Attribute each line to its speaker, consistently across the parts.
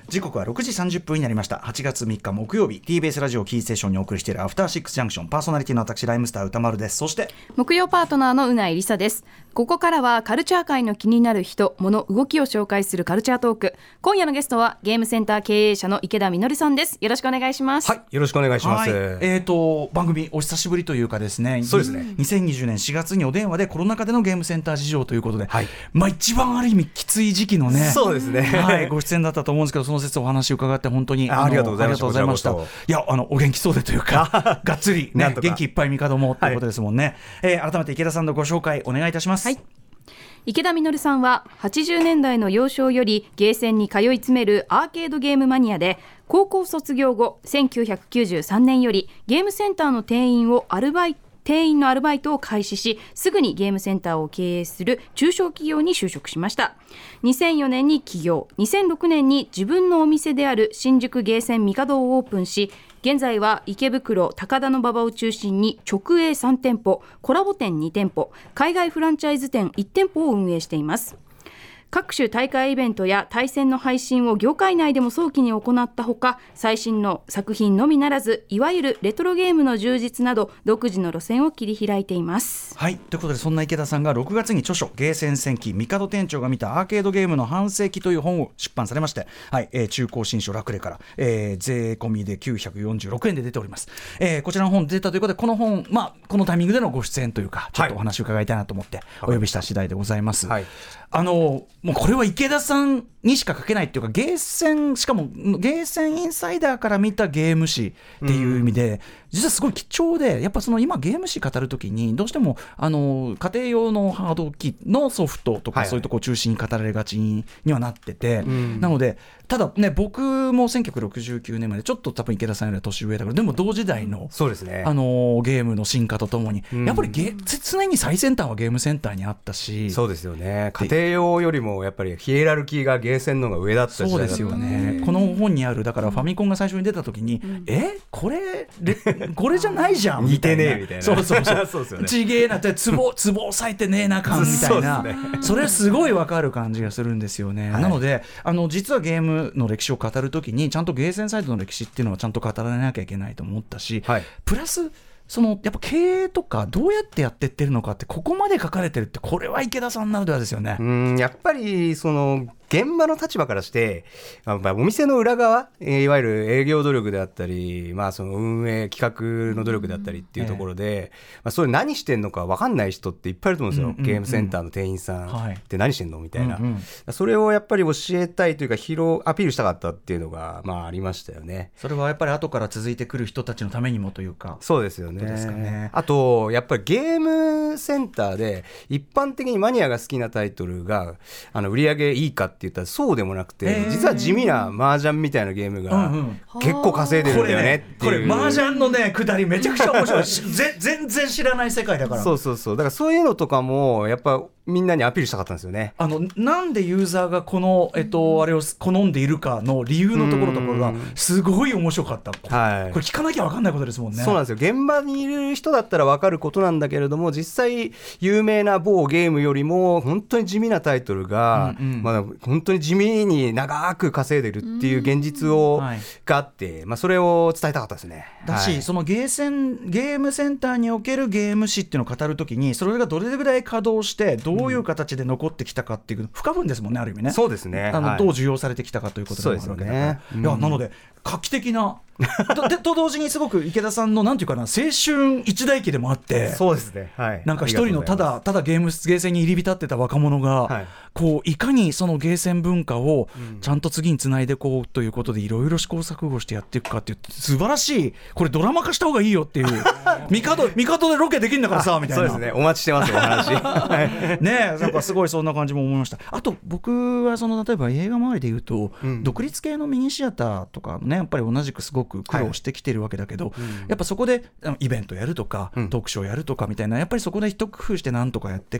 Speaker 1: 時刻は6時30分になりました。8月3日木曜日、 TBS ラジオキーステーションにお送りしているアフターシックスジャンクション、パーソナリティの私ライムスター歌丸です。そして
Speaker 2: 木曜パートナーのうないりさです。ここからはカルチャー界の気になる人物動きを紹介するカルチャートーク。今夜のゲストはゲームセンター経営者の池田実さんです。よろしくお願いします。
Speaker 3: はい、よろしくお願いします。
Speaker 1: 番組お久しぶりというかですね、
Speaker 3: そうですね、
Speaker 1: 2020年4月にお電話でコロナ禍でのゲームセンター事情ということで、
Speaker 3: はい、
Speaker 1: 一番ある意味きつい時期のね、
Speaker 3: そうですね、
Speaker 1: はい、ご出演だったと思うんですけど、その説お話を伺って本当に
Speaker 3: ありがとうございました。
Speaker 1: いや、お元気そうでというかがっつり、ね、元気いっぱい帝もということですもんね、はい。改めて池田さんのご紹介お願いいたします。
Speaker 2: はい、池田実さんは80年代の幼少よりゲーセンに通い詰めるアーケードゲームマニアで、高校卒業後1993年よりゲームセンターの店員のアルバイトを開始し、すぐにゲームセンターを経営する中小企業に就職しました。2004年に起業、2006年に自分のお店である新宿ゲーセン帝をオープンし、現在は池袋高田馬場を中心に直営3店舗、コラボ店2店舗、海外フランチャイズ店1店舗を運営しています。各種大会イベントや対戦の配信を業界内でも早期に行ったほか、最新の作品のみならず、いわゆるレトロゲームの充実など独自の路線を切り開いています。
Speaker 1: はい、ということで、そんな池田さんが6月に著書ゲーセン戦記帝店長が見たアーケードゲームの半世紀という本を出版されまして、はい、中高新書ラクレから、税込みで946円で出ております。こちらの本出たということで、この本、このタイミングでのご出演というか、ちょっとお話を伺いたいなと思ってお呼びした次第でございます。はい、もうこれは池田さんにしか書けないっていうか、ゲーセン、しかもゲーセンインサイダーから見たゲーム史っていう意味で、実はすごい貴重で、やっぱその今ゲーム史語るときにどうしても家庭用のハード機のソフトとか、そういうところを中心に語られがちにはなってて、なのでただね、僕も1969年までちょっと多分池田さんよりは年上だから、でも同時代の、
Speaker 3: そうですね、
Speaker 1: ゲームの進化とともに、やっぱり常に最先端はゲームセンターにあったし、
Speaker 3: そうですよね、家庭用よりもやっぱりヒエラルキーがゲーセンの方が上だった時代だった。
Speaker 1: そうですよね、この本にある、だからファミコンが最初に出た時に、これじゃないじゃん
Speaker 3: 似てねえみたいな、
Speaker 1: そうそう
Speaker 3: そうですよね、
Speaker 1: ちげえなってツボ押さえてねえな感みたいな、それすごい分かる感じがするんですよね。なので実はゲームの歴史を語るときにちゃんとゲーセンサイドの歴史っていうのはちゃんと語らなきゃいけないと思ったし、プラスやっぱ経営とかどうやってやってってるのかってここまで書かれてるって、これは池田さんならではですよね。
Speaker 3: やっぱり現場の立場からして、お店の裏側、いわゆる営業努力であったり、その運営企画の努力であったりっていうところで、それ何してんのか分かんない人っていっぱいいると思うんですよ。ゲームセンターの店員さんって何してんのみたいな、それをやっぱり教えたいというかアピールしたかったっていうのがありましたよね。
Speaker 1: それはやっぱり後から続いてくる人たちのためにもというか。
Speaker 3: そうですよね。あとやっぱりゲームセンターで一般的にマニアが好きなタイトルが売り上げいいかって言ったらそうでもなくて、実は地味な麻雀みたいなゲームが結構稼いでるんだよねっていう。
Speaker 1: これ麻雀のね下りめちゃくちゃ面白い全然知らない世界だから。
Speaker 3: そうだからそういうのとかもやっぱみんなにアピールしたかったんですよね。
Speaker 1: なんでユーザーがこの、あれを好んでいるかの理由のところがすごい面白かった。これ聞かなきゃ分かんないことですもんね。
Speaker 3: そうなんですよ。現場にいる人だったら分かることなんだけれども、実際有名な某ゲームよりも本当に地味なタイトルが、本当に地味に長く稼いでるっていう現実があって、それを伝えたかったですね。
Speaker 1: だし、そのゲームセンターにおけるゲーム史っていうのを語るときに、それがどれぐらい稼働してどういう形で残ってきたかっていう不可分ですもんね、ある意味ね。
Speaker 3: そうですね。
Speaker 1: どう受容されてきたかということでもあるわけだから、なので画期的なと同時にすごく池田さんのなんていうかな、青春一代記でもあって、
Speaker 3: そうですね、
Speaker 1: なんか一人のただゲーセンに入り浸ってた若者が、いかにそのゲーセン文化をちゃんと次につないでいこうということでいろいろ試行錯誤してやっていくかっていう、素晴らしい、これドラマ化した方がいいよっていう帝でロケできるんだからさみたいな。
Speaker 3: そうですね、お待ちしてますよお話
Speaker 1: ねえ、なんかすごいそんな感じも思いました。あと僕は例えば映画周りでいうと、独立系のミニシアターとかね、やっぱり同じくすごく苦労してきてるわけだけど、やっぱそこでイベントやるとか、トークショーやるとかみたいな、やっぱりそこで一工夫してなんとかやっていくって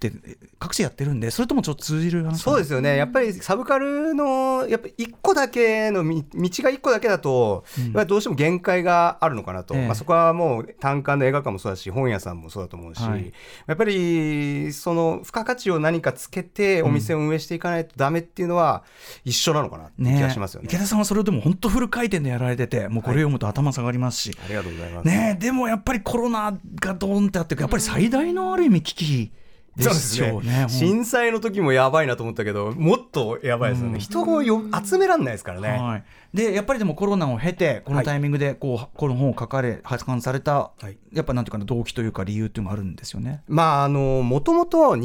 Speaker 1: って各地やってるんで、それともちょっと通じる話。
Speaker 3: そうですよね。やっぱりサブカルのやっぱり1個だけの道が1個だけだと、やっぱりどうしても限界があるのかなと、そこはもう単館の映画館もそうだし本屋さんもそうだと思うし、やっぱりその付加価値を何かつけてお店を運営していかないとダメっていうのは一緒なのかなって気がしますよね。
Speaker 1: 池田さんはそれをでも本当フル回転でやられてて、もうこれ読むと頭下がりますし、
Speaker 3: ありがとうございます、
Speaker 1: でもやっぱりコロナがドーンってあって、やっぱり最大のある意味危機ですよね。
Speaker 3: 震災の時もやばいなと思ったけど、もっとやばいですよね。人を集められないですからね。
Speaker 1: でやっぱりでもコロナを経てこのタイミングでこの本を発刊された、やっぱなんていうかな、動機というか理由っていうのがあるんですよね。
Speaker 3: もともと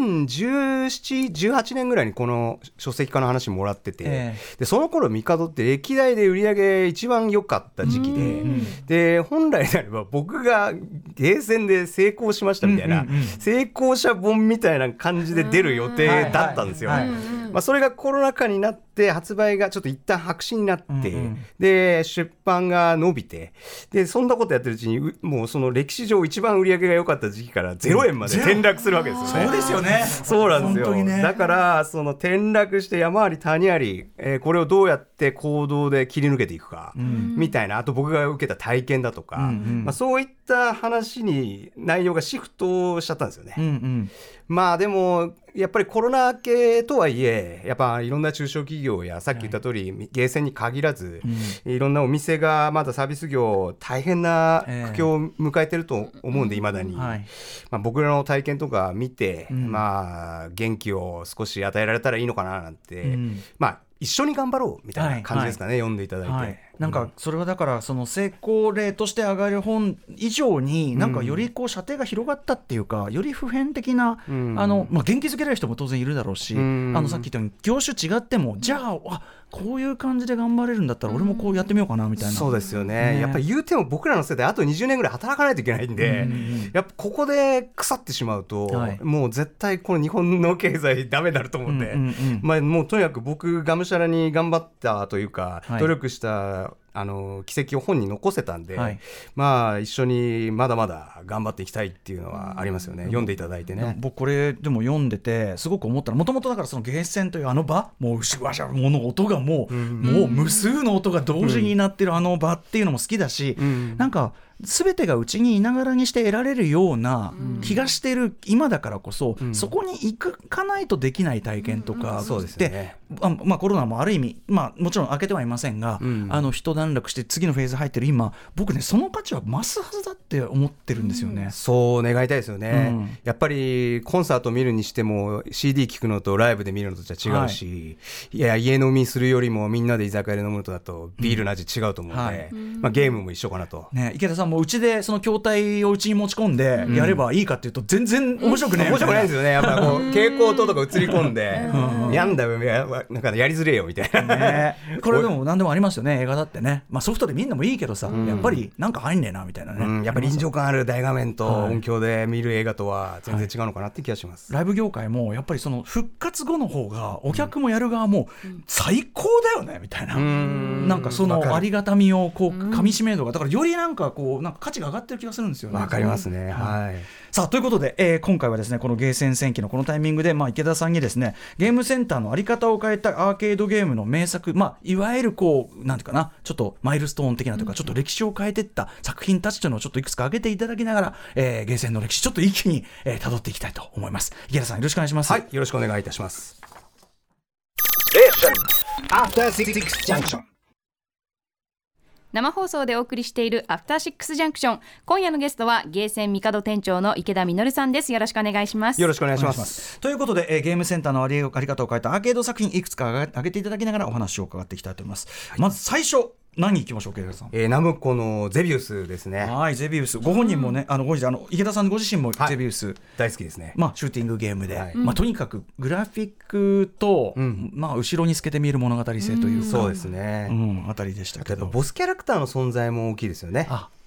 Speaker 3: 2017、18年ぐらいにこの書籍化の話もらってて、でその頃ミカドって歴代で売り上げ一番良かった時期で、本来であれば僕がゲーセンで成功しましたみたいな、成功者本みたいな感じで出る予定だったんですよ。それがコロナ禍になって発売がちょっと一旦白紙になって、で出版が伸びて、でそんなことやってるうちにもうその歴史上一番売り上げが良かった時期から0円まで転落するわけですよね。
Speaker 1: そうですよね。
Speaker 3: そうなんですよ、だからその転落して山あり谷あり、これをどうやって行動で切り抜けていくか、みたいな、あと僕が受けた体験だとか、そういった話に内容がシフトしちゃったんですよね。でもやっぱりコロナ明けとはいえ、やっぱいろんな中小企業やさっき言った通り、ゲーセンに限らず、いろんなお店がまだサービス業大変な苦境を迎えてると思うんで、未だに、僕らの体験とか見て、元気を少し与えられたらいいのかななんて、一緒に頑張ろうみたいな感じですかね、読んでいただいて。
Speaker 1: なんかそれはだからその成功例として上がる本以上に、なんかよりこう射程が広がったっていうか、より普遍的な、元気づけられる人も当然いるだろうし、さっき言ったように業種違っても、じゃあこういう感じで頑張れるんだったら俺もこうやってみようかなみたいな。
Speaker 3: そうですよね。やっぱり言うても僕らの世代あと20年ぐらい働かないといけないんで、やっぱここで腐ってしまうと、もう絶対この日本の経済ダメになると思うんで、もうとにかく僕がむしゃらに頑張ったというか、努力した軌跡を本に残せたんで、一緒にまだまだ頑張っていきたいっていうのはありますよね。読んでいただいてね。
Speaker 1: 僕これでも読んでてすごく思ったのは、もともとだからそのゲーセンという場、もううしわしゃもの音がもう無数の音が同時になってる場っていうのも好きだし、なんか全てがうちにいながらにして得られるような気がしてる今だからこそ、そこに行かないとできない体験とかで、コロナもある意味、もちろん開けてはいませんが、一段落して次のフェーズ入ってる今、僕ねその価値は増すはずだって思ってるんですよね。
Speaker 3: そう願いたいですよね。やっぱりコンサート見るにしても CD 聴くのとライブで見るのとじゃ違うし、家飲みするよりもみんなで居酒屋で飲むのとだとビールの味違うと思うので、ゲームも一緒かなと。
Speaker 1: 池田さんもうちでその筐体をうちに持ち込んでやればいいかっていうと全然面白くない、
Speaker 3: 面白くないですよね。やっぱこう蛍光灯とか映り込んでやんだよ、なんかやりづれよみたいな、
Speaker 1: これでも何でもありますよね。映画だってね、ソフトで見んのもいいけどさ、やっぱりなんか入んねえなみたいなね、
Speaker 3: やっぱり臨場感ある大画面と音響で見る映画とは全然違うのかなって気がします。
Speaker 1: ライブ業界もやっぱりその復活後の方がお客もやる側も最高だよねみたいな、なんかそのありがたみをこうかみしめるのが、だからよりなんかこうなんか価値が上がってる気がするんですよね。
Speaker 3: わかりますね。
Speaker 1: さあということで、今回はですねこのゲーセン戦記のこのタイミングで、池田さんにですねゲームセンターのあり方を変えたアーケードゲームの名作、いわゆるこうなんていうかな、ちょっとマイルストーン的なというか、ちょっと歴史を変えていった作品たちというのをちょっといくつか挙げていただきながら、ゲーセンの歴史ちょっと一気に辿っていきたいと思います。池田さんよろしくお願いします。
Speaker 3: はい、よろしくお願いいたします。
Speaker 2: 生放送でお送りしているアフターシックスジャンクション、今夜のゲストはゲーセンミカド店長の池田実さんです。よろしくお願いします。
Speaker 3: よろしくお願いします。
Speaker 1: ということで、ゲームセンターのあり方を変えたアーケード作品いくつか挙げていただきながらお話を伺っていきたいと思います。まず最初何いきましょう、池田さん。
Speaker 3: ナムコのゼビウスですね。
Speaker 1: はい、ゼビウス。ご本人もね、池田さんご自身もゼビウス、
Speaker 3: 大好きですね。
Speaker 1: シューティングゲームで、とにかくグラフィックと、後ろに透けて見える物語性というか、
Speaker 3: そうですね。
Speaker 1: あたりでしたけど、
Speaker 3: ボスキャラクターの存在も大きいですよね。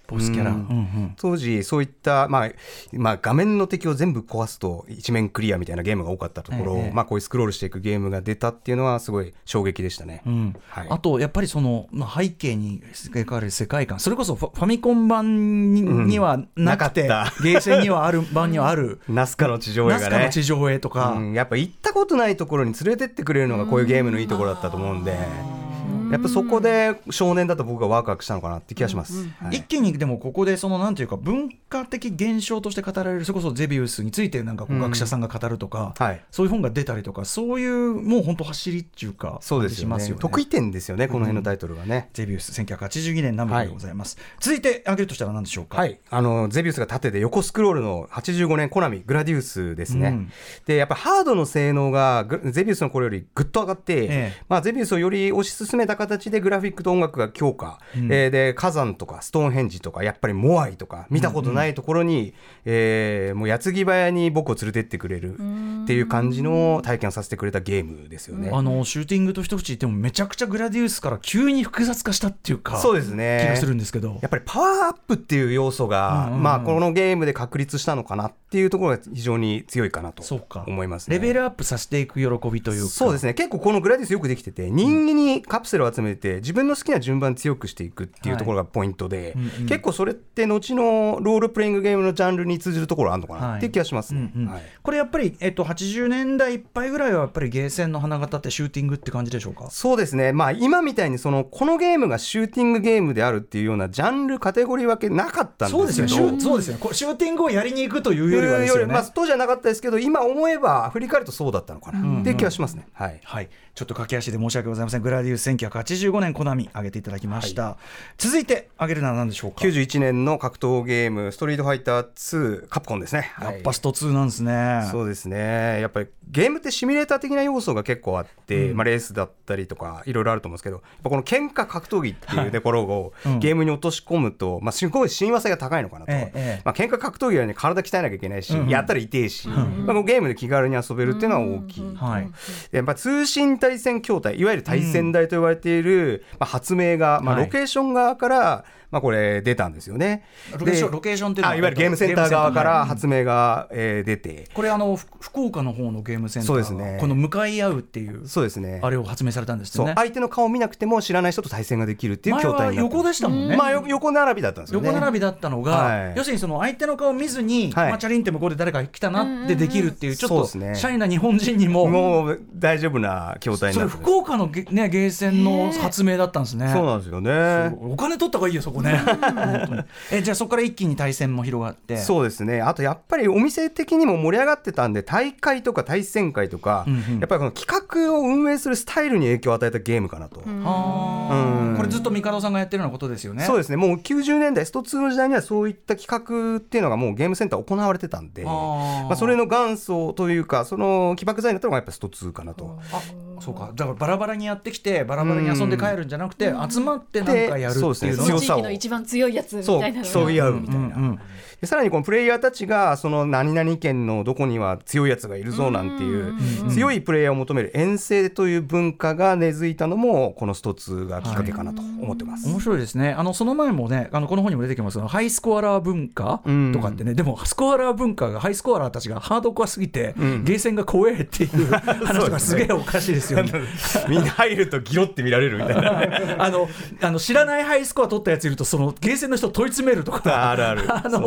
Speaker 1: ボスキャラ、
Speaker 3: 当時そういった、画面の敵を全部壊すと一面クリアみたいなゲームが多かったところ、こういうスクロールしていくゲームが出たっていうのはすごい衝撃でしたね、
Speaker 1: あとやっぱりその、背景に描かれる世界観、それこそファミコン版にはなくて、ゲーセンにはある版にはある
Speaker 3: ナスカの地上絵がね、
Speaker 1: ナスカの地上絵とか、
Speaker 3: やっぱ行ったことないところに連れてってくれるのがこういうゲームのいいところだったと思うんで、やっぱそこで少年だと僕がワクワクしたのかなって気がします、
Speaker 1: 一気にでもここでそのなんていうか文化的現象として語られる、それこそゼビウスについてなんかこう学者さんが語るとか、そういう本が出たりとか、そういうもう本当走りっていうか、
Speaker 3: そうですよね、得意点ですよね、この辺のタイトルがね。
Speaker 1: ゼビウス1982年ナムコでございます、続いて挙げるとしたら何でしょうか。
Speaker 3: ゼビウスが縦で横スクロールの85年コナミグラディウスですね、でやっぱハードの性能がゼビウスの頃よりぐっと上がって、ゼビウスをより推し進めた形でグラフィックと音楽が強化、で火山とかストーンヘンジとかやっぱりモアイとか見たことないところに、もう矢継ぎ早に僕を連れてってくれるっていう感じの体験をさせてくれたゲームですよね。
Speaker 1: シューティングと一口言ってもめちゃくちゃグラディウスから急に複雑化したっていうか、
Speaker 3: そうですね、
Speaker 1: 気がするんですけど、
Speaker 3: やっぱりパワーアップっていう要素が、このゲームで確立したのかなっていうところが非常に強いかなと思いますね。
Speaker 1: レベルアップさせていく喜びというか、
Speaker 3: そうですね、結構このグラディウスよくできてて、人間にカプセルを集めて自分の好きな順番強くしていくっていうところがポイントで、結構それって後のロールプレイングゲームのジャンルに通じるところあるのかなっていう気がしますね。
Speaker 1: これやっぱり、80年代いっぱいぐらいはやっぱりゲーセンの花形ってシューティングって感じでしょうか。
Speaker 3: そうですね、今みたいにこのゲームがシューティングゲームであるっていうようなジャンルカテゴリー分けなかったんですけど、
Speaker 1: そうですよね、シューティングをやりに行くというよりはですよね、
Speaker 3: 当時はなかったですけど、今思えば振り返るとそうだったのかなっていう気がしますね。
Speaker 1: ちょっと駆け足で申し訳ございません。グラディウス1985年コナミ挙げていただきました、続いて挙げるのは何でしょうか。
Speaker 3: 91年の格闘ゲームストリートファイター2カプコンですね。
Speaker 1: やっぱスト2なんですね。
Speaker 3: そうですね、やっぱりゲームってシミュレーター的な要素が結構あって、レースだったりとかいろいろあると思うんですけど、やっぱこの喧嘩格闘技っていうところをゲームに落とし込むと、すごい親和性が高いのかなと、喧嘩格闘技はね、体鍛えなきゃいけないし、やったら痛いし、ゲームで気軽に遊べるっていうのは大きい、やっぱ通信対戦筐体、いわゆる対戦台と言われている、発明が、ロケーション側からこれ出たんですよね。
Speaker 1: ロケーションっていうのはい
Speaker 3: わゆるゲームセンター側から発明が出て、
Speaker 1: これ福岡の方のゲームセンター、
Speaker 3: そうですね、
Speaker 1: この向かい合うっていう、
Speaker 3: そうですね、
Speaker 1: あれを発明されたんですよね。
Speaker 3: 相手の顔を見なくても知らない人と対戦ができるっていう筐体になって、
Speaker 1: 前は横でしたもんね。
Speaker 3: 横並びだったんですよね。
Speaker 1: 横並びだったのが、要するにその相手の顔を見ずに、チャリンって向こうで誰か来たなってできるっていう、ちょっとシャイな日本人にも
Speaker 3: もう大丈夫な筐体になって、
Speaker 1: それ福岡のゲーセンの発明だったんですね。
Speaker 3: そうなんですよね。
Speaker 1: お金取った方がいいよそこねじゃあそこから一気に対戦も広がって。
Speaker 3: そうですね、あとやっぱりお店的にも盛り上がってたんで、大会とか対戦会とか、やっぱりこの企画を運営するスタイルに影響を与えたゲームかなと。
Speaker 1: これずっと帝さんがやってるようなことですよね。
Speaker 3: そうですね、もう90年代スト2の時代にはそういった企画っていうのがもうゲームセンター行われてたんで、それの元祖というか、その起爆剤になったのがやっぱスト2かなと。
Speaker 1: そうか、だからバラバラにやってきてバラバラに遊んで帰るんじゃなくて、集まってなんかやるっていうの
Speaker 2: 地域の一番強いやつみたいなの
Speaker 3: 競い合うみたいな、でさらにこのプレイヤーたちがその何々県のどこには強いやつがいるぞなんていう強いプレイヤーを求める遠征という文化が根付いたのもこのスト2がきっかけかなと思ってます。
Speaker 1: 面白いですね。その前もね、この本にも出てきますハイスコアラー文化とかってね、でもスコアラー文化がハイスコアラーたちがハードコアすぎて、ゲーセンが怖えっていう話がすげえおかしいですよね
Speaker 3: みんな入るとギロって見られるみたい
Speaker 1: な知らないハイスコア取ったやついると、そのゲーセンの人問い詰めるとか
Speaker 3: あるある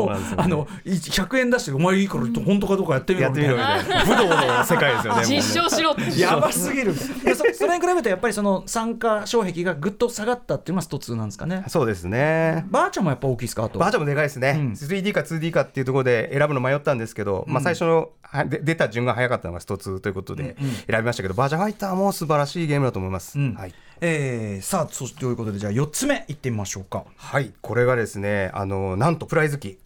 Speaker 1: 100円出してお前いいから本当かどうかやってみろみたいな
Speaker 3: 武道の世界ですよね
Speaker 2: 実証しろって
Speaker 1: やばすぎるそれに比べるとやっぱりその参加障壁がぐっと下がったっていうのがスト2なんですかね。
Speaker 3: そうですね。
Speaker 1: バーチャもやっぱ大きいですか。
Speaker 3: バーチャもでかいですね、3D か 2D かっていうところで選ぶの迷ったんですけど、最初の出た順が早かったのがスト2ということで選びましたけど、バーチャファイターも素晴らしいゲームだと思います、さあそしてということで、じゃあ4つ目いってみましょうか。 はい、これがですねなんとプライズ機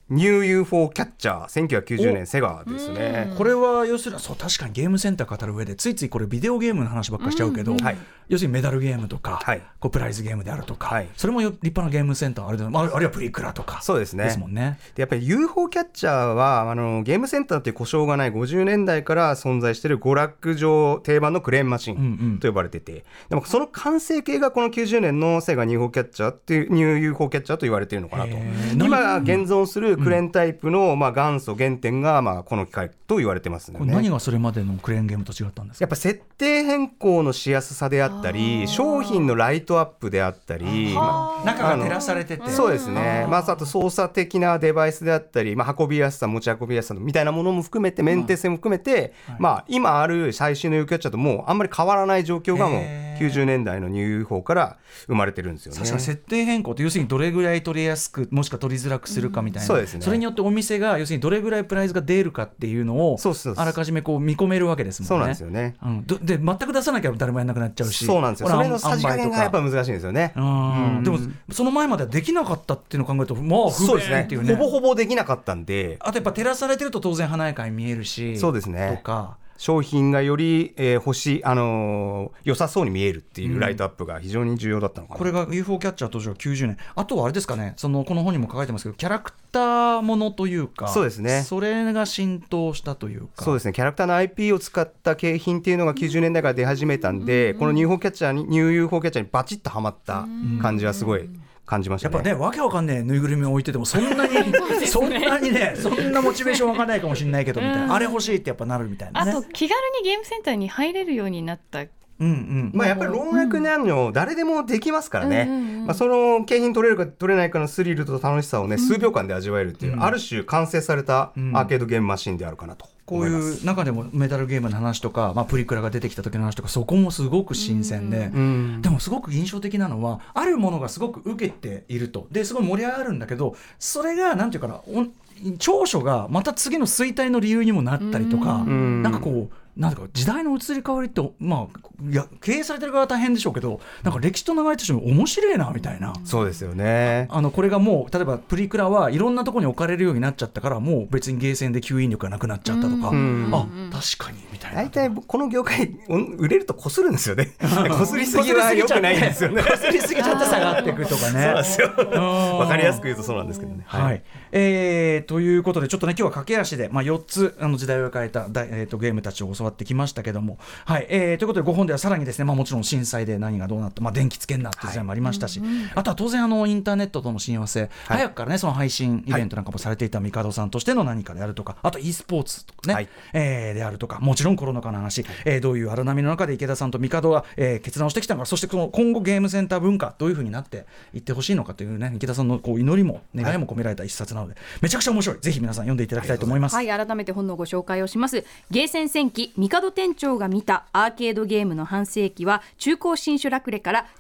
Speaker 3: ニュー UFO キャッチャー1990年セガですね。
Speaker 1: これは要するにそう確かにゲームセンター語る上でついついこれビデオゲームの話ばっかりしちゃうけど、
Speaker 3: はい、
Speaker 1: 要するにメダルゲームとか、
Speaker 3: はい、
Speaker 1: こうプライズゲームであるとか、
Speaker 3: はい、
Speaker 1: それも立派なゲームセンターあるいはプリクラとか
Speaker 3: そうですね。
Speaker 1: ですもんね。
Speaker 3: でやっぱり UFO キャッチャーはゲームセンターという故障がない50年代から存在している娯楽場定番のクレーンマシンと呼ばれてて、でもその完成形がこの90年のセガニュー UFO キャッチャーっていうニュー UFO キャッチャーと言われているのかなと。今現存するクレーンタイプの元祖原点がこの機械と言われてますね。
Speaker 1: これ何がそれまでのクレーンゲームと違ったんですか？
Speaker 3: やっぱ設定変更のしやすさであったり、商品のライトアップであったり、
Speaker 1: 中が照らされてて、
Speaker 3: そうですね、あと操作的なデバイスであったり、運びやすさ持ち運びやすさみたいなものも含めてメンテ性も含めて、今ある最新の UFO キャッチャーともうあんまり変わらない状況がもう90年代のニュー UFO から生まれてるんですよね。
Speaker 1: 確かに設定変更って要するにどれぐらい取りやすくもしくは取りづらくするかみたいな、
Speaker 3: そうですね、
Speaker 1: それによってお店が要するにどれぐらいプライズが出るかっていうのをあらかじめこう見込めるわけですもんね。
Speaker 3: そうなんですよね、
Speaker 1: で全く出さなきゃ誰もやらなくなっちゃうし、
Speaker 3: そうなんですよ。それのさじ加減がやっぱ難しいんですよね。
Speaker 1: でもその前まではできなかったっていうのを考えると不便っていうね。
Speaker 3: ほぼほぼできなかったんで、
Speaker 1: あとやっぱ照らされてると当然華やかに見えるし、
Speaker 3: そうですね、
Speaker 1: とか
Speaker 3: 商品がより、良さそうに見えるっていうライトアップが非常に重要だったのかな。
Speaker 1: これが UFO キャッチャー登場90年。あとはあれですかね、この本にも書かれてますけどキャラクターものというか、
Speaker 3: そうですね、
Speaker 1: それが浸透したというか、
Speaker 3: そうですね、キャラクターの IP を使った景品っていうのが90年代から出始めたんで、このニュー UFO キャッチャーにバチッとはまった感じはすごい感じましたね。
Speaker 1: やっぱね、わけわかんねえぬいぐるみを置いててもそんなにそんなにね、そんなモチベーションわかんないかもしれないけどみたいな、あれ欲しいってやっぱなるみたいなね。
Speaker 2: あと気軽にゲームセンターに入れるようになった。
Speaker 3: やっぱり老若男女誰でもできますからね、その景品取れるか取れないかのスリルと楽しさをね、数秒間で味わえるっていう、ある種完成されたアーケードゲームマシンであるかなと。
Speaker 1: こういう中でもメダルゲームの話とか、プリクラが出てきた時の話とか、そこもすごく新鮮で、でもすごく印象的なのはあるものがすごく受けていると、ですごい盛り上がるんだけど、それがなんていうかな、長所がまた次の衰退の理由にもなったりとか、なんかこうなんか時代の移り変わりって、いや経営されてる側は大変でしょうけど、なんか歴史と流れとしても面白いなみたいな。
Speaker 3: そうですよね。
Speaker 1: これがもう例えばプリクラはいろんなところに置かれるようになっちゃったから、もう別にゲーセンで吸引力がなくなっちゃったとか、確かにみたいな。
Speaker 3: 大体この業界売れるとこするんですよね。こすりすぎは良くないんですよね。
Speaker 1: こすりすぎちゃって下がっていくとかね。
Speaker 3: そうなんですよ。わかりやすく言うとそうなんですけどね。
Speaker 1: はい。ということでちょっとね、今日は駆け足で4つ時代を変えたゲームたちを教わってきましたけども、はい。ということで5本ではさらにですね、もちろん震災で何がどうなった、電気つけんなっていう時代もありましたし、あとは当然インターネットとの親和性、早くからねその配信イベントなんかもされていた帝さんとしての何かであるとか、あと e スポーツとかね、であるとか、もちろんコロナ禍の話、どういう荒波の中で池田さんと帝が、決断をしてきたのか、そして今後ゲームセンター文化どういう風になっていってほしいのかというね、池田さんの祈りも願いも込められた一冊なので、めちゃくちゃ面白い。ぜひ皆さん読んでいただきたいと思います。
Speaker 2: はい、改めて本のご紹介をします。ゲーセン戦記帝店長が見たアーケードゲームの半世紀は中高新書ラクレから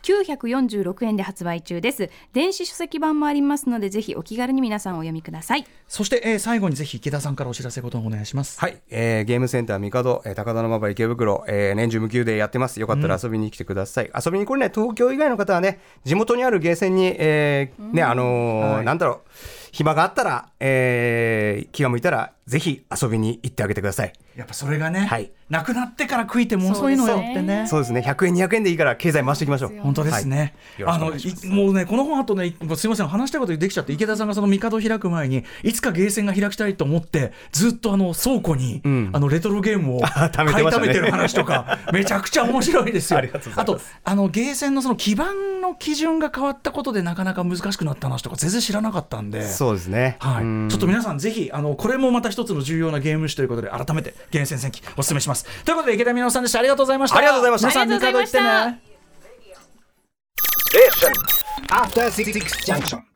Speaker 2: 946円で発売中です。電子書籍版もありますので、ぜひお気軽に皆さんお読みください。
Speaker 1: そして、最後にぜひ池田さんからお知らせことをお願いします。
Speaker 3: はい、ゲームセンター帝、高田馬場池袋、年中無休でやってます。よかったら遊びに来てください。遊びに来れない東京以外の方はね、地元にあるゲーセンに、なんだろう、暇があったら、気が向いたらぜひ遊びに行ってあげてください。
Speaker 1: やっぱそれがね、なくなってから悔いても遅いのよってね。
Speaker 3: そうですね。100円200円でいいから経済回していきましょう。
Speaker 1: 本当ですね。もうね、この本あとね、すいません、話したいことできちゃって、池田さんがその帝開く前にいつかゲーセンが開きたいと思ってずっと倉庫に、レトロゲームを買い溜めてる話とかめちゃくちゃ面白いですよ。あとゲーセンのその基盤の基準が変わったことでなかなか難しくなった話とか全然知らなかったんで。
Speaker 3: そうですね。
Speaker 1: はい。ちょっと皆さんぜひこれもまた一つの重要なゲーム誌ということで、改めてゲーセン戦記お勧めします。ということで池田美濃さんでした。ありがとうございました。
Speaker 3: ありがとうございました。
Speaker 1: 皆さん帝行ってね。
Speaker 4: After 66 junction.